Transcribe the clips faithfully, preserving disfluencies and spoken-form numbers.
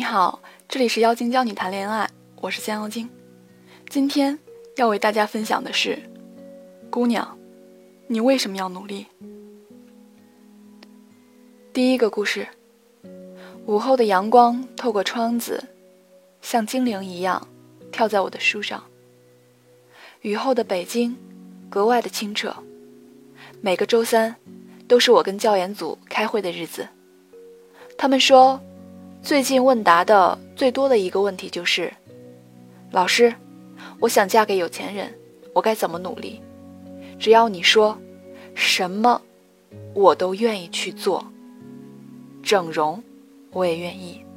好，这里是妖精教你谈恋爱，我是江妖精。今天要为大家分享的是，姑娘，你为什么要努力？第一个故事，午后的阳光透过窗子，像精灵一样跳在我的书上。雨后的北京格外的清澈，每个周三都是我跟教研组开会的日子。他们说，最近问答的最多的一个问题就是，老师，我想嫁给有钱人，我该怎么努力？只要你说什么，我都愿意去做。整容，我也愿意。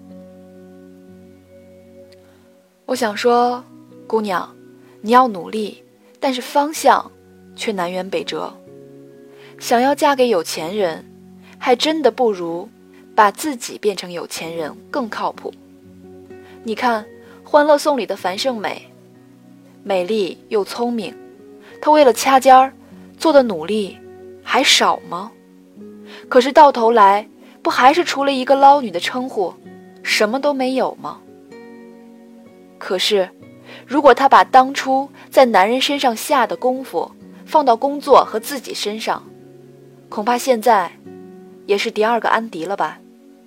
我想说，姑娘，你要努力，但是方向却南辕北辙。想要嫁给有钱人，还真的不如把自己变成有钱人更靠谱。你看《欢乐颂》里的樊胜美，美丽又聪明，她为了掐尖儿做的努力还少吗？可是到头来，不还是除了一个捞女的称呼，什么都没有吗？可是如果她把当初在男人身上下的功夫放到工作和自己身上，恐怕现在也是第二个安迪了吧。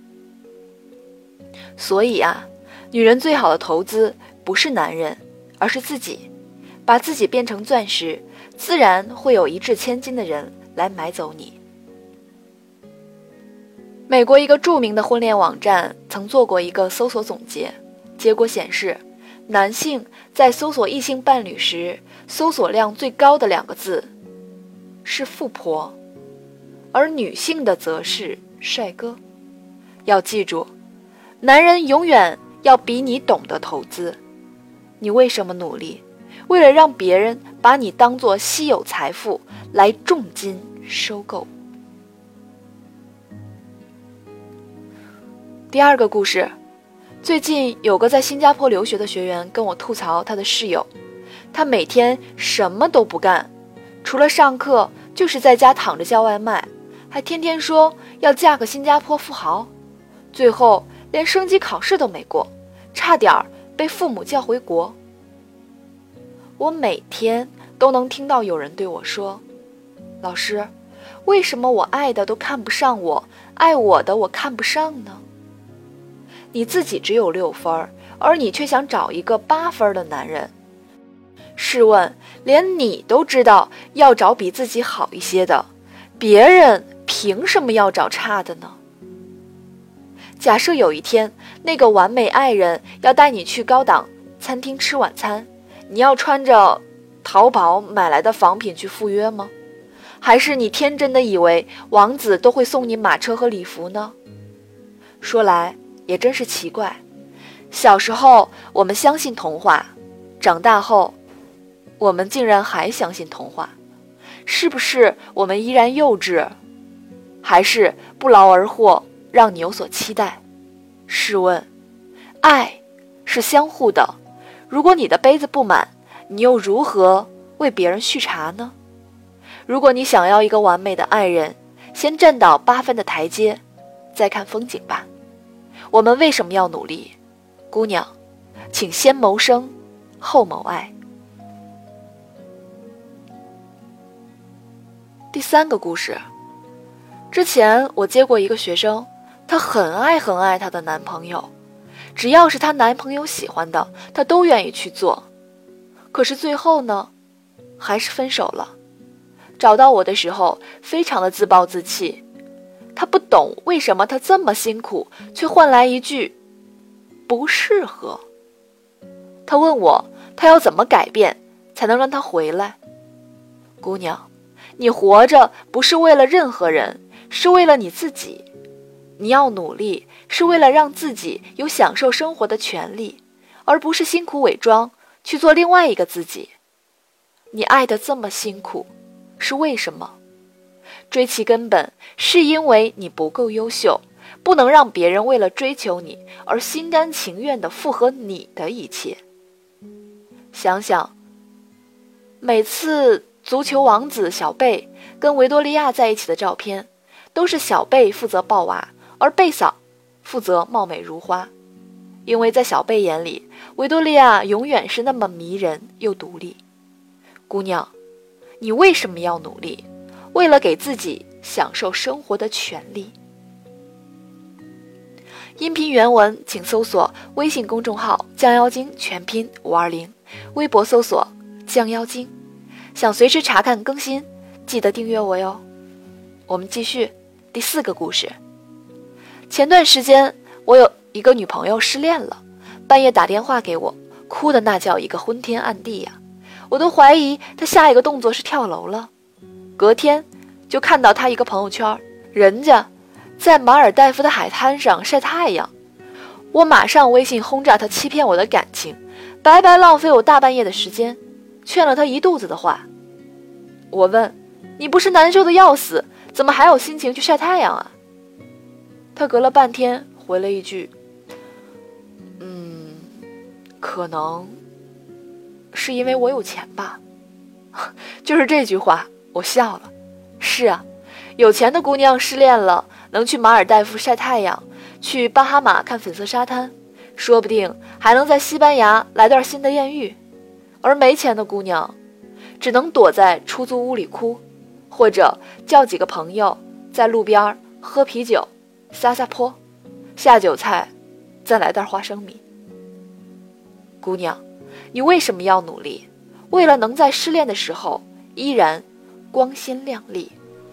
所以啊，女人最好的投资不是男人，而是自己。把自己变成钻石，自然会有一掷千金的人来买走你。美国一个著名的婚恋网站曾做过一个搜索总结，结果显示，男性在搜索异性伴侣时，搜索量最高的两个字是富婆，而女性的则是帅哥。要记住，男人永远要比你懂得投资。你为什么努力？为了让别人把你当作稀有财富来重金收购。第二个故事，最近有个在新加坡留学的学员跟我吐槽他的室友，他每天什么都不干，除了上课就是在家躺着叫外卖，还天天说要嫁个新加坡富豪，最后连升级考试都没过，差点被父母叫回国。我每天都能听到有人对我说，老师，为什么我爱的都看不上我，爱我的我看不上呢？你自己只有六分，而你却想找一个八分的男人。试问，连你都知道要找比自己好一些的，别人凭什么要找差的呢？假设有一天，那个完美爱人要带你去高档餐厅吃晚餐，你要穿着淘宝买来的仿品去赴约吗？还是你天真的以为王子都会送你马车和礼服呢？说来也真是奇怪，小时候我们相信童话，长大后我们竟然还相信童话。是不是我们依然幼稚，还是不劳而获让你有所期待？试问，爱是相互的，如果你的杯子不满，你又如何为别人续茶呢？如果你想要一个完美的爱人，先站到八分的台阶，再看风景吧。我们为什么要努力？姑娘，请先谋生，后谋爱。第三个故事，之前我接过一个学生，她很爱很爱她的男朋友，只要是她男朋友喜欢的，她都愿意去做。可是最后呢，还是分手了。找到我的时候，非常的自暴自弃。她不懂为什么她这么辛苦，却换来一句不适合。她问我，她要怎么改变才能让他回来？姑娘，你活着不是为了任何人，是为了你自己。你要努力，是为了让自己有享受生活的权利，而不是辛苦伪装去做另外一个自己。你爱得这么辛苦，是为什么？追其根本，是因为你不够优秀，不能让别人为了追求你而心甘情愿地附和你的一切。想想，每次足球王子小贝跟维多利亚在一起的照片，都是小贝负责抱娃，而贝嫂负责貌美如花。 因为在小贝眼里，维多利亚永远是那么迷人又独立。姑娘，你为什么要努力？为了给自己享受生活的权利。音频原文请搜索微信公众号降妖精全拼五二零，微博搜索降妖精。想随时查看更新，记得订阅我哟。我们继续第四个故事。前段时间我有一个女朋友失恋了，半夜打电话给我，哭的那叫一个昏天暗地呀，我都怀疑她下一个动作是跳楼了。隔天就看到她一个朋友圈，人家在马尔代夫的海滩上晒太阳。我马上微信轰炸她欺骗我的感情，白白浪费我大半夜的时间，劝了她一肚子的话。我问，你不是难受的要死，怎么还有心情去晒太阳啊？她隔了半天回了一句，嗯，可能是因为我有钱吧。就是这句话我笑了。是啊，有钱的姑娘失恋了，能去马尔代夫晒太阳，去巴哈马看粉色沙滩，说不定还能在西班牙来段新的艳遇。而没钱的姑娘只能躲在出租屋里哭，或者叫几个朋友在路边喝啤酒撒撒泼，下酒菜再来袋花生米。姑娘，你为什么要努力？为了能在失恋的时候依然光鲜亮丽。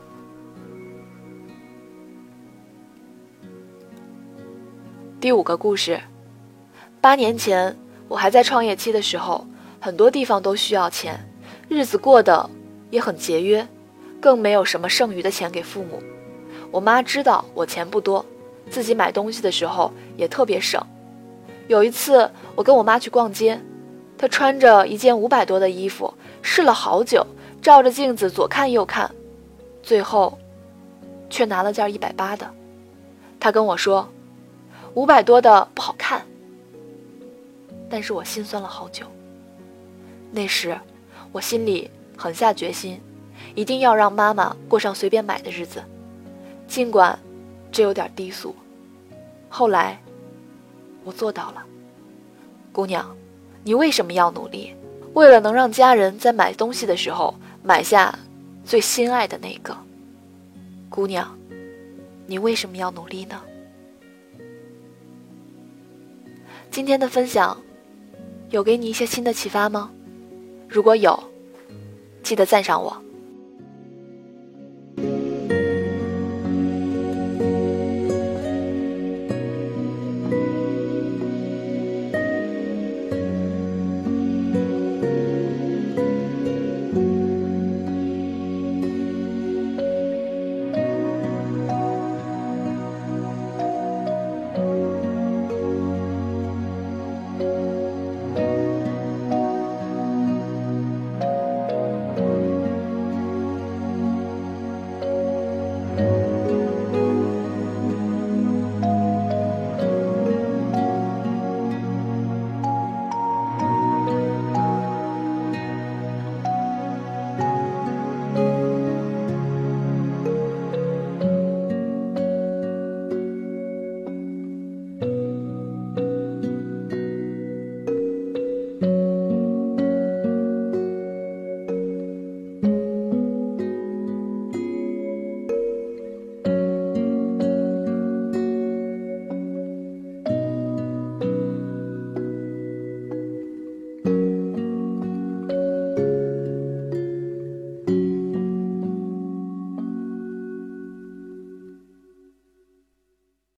第五个故事。八年前我还在创业期的时候，很多地方都需要钱，日子过得也很节约，更没有什么剩余的钱给父母。我妈知道我钱不多，自己买东西的时候也特别省。有一次我跟我妈去逛街，她穿着一件五百多的衣服，试了好久，照着镜子左看右看，最后却拿了件一百八的。她跟我说五百多的不好看，但是我心酸了好久。那时我心里狠下决心，一定要让妈妈过上随便买的日子，尽管这有点低俗。后来我做到了。姑娘，你为什么要努力？为了能让家人在买东西的时候买下最心爱的那个。姑娘，你为什么要努力呢？今天的分享有给你一些新的启发吗？如果有，记得赞赏我。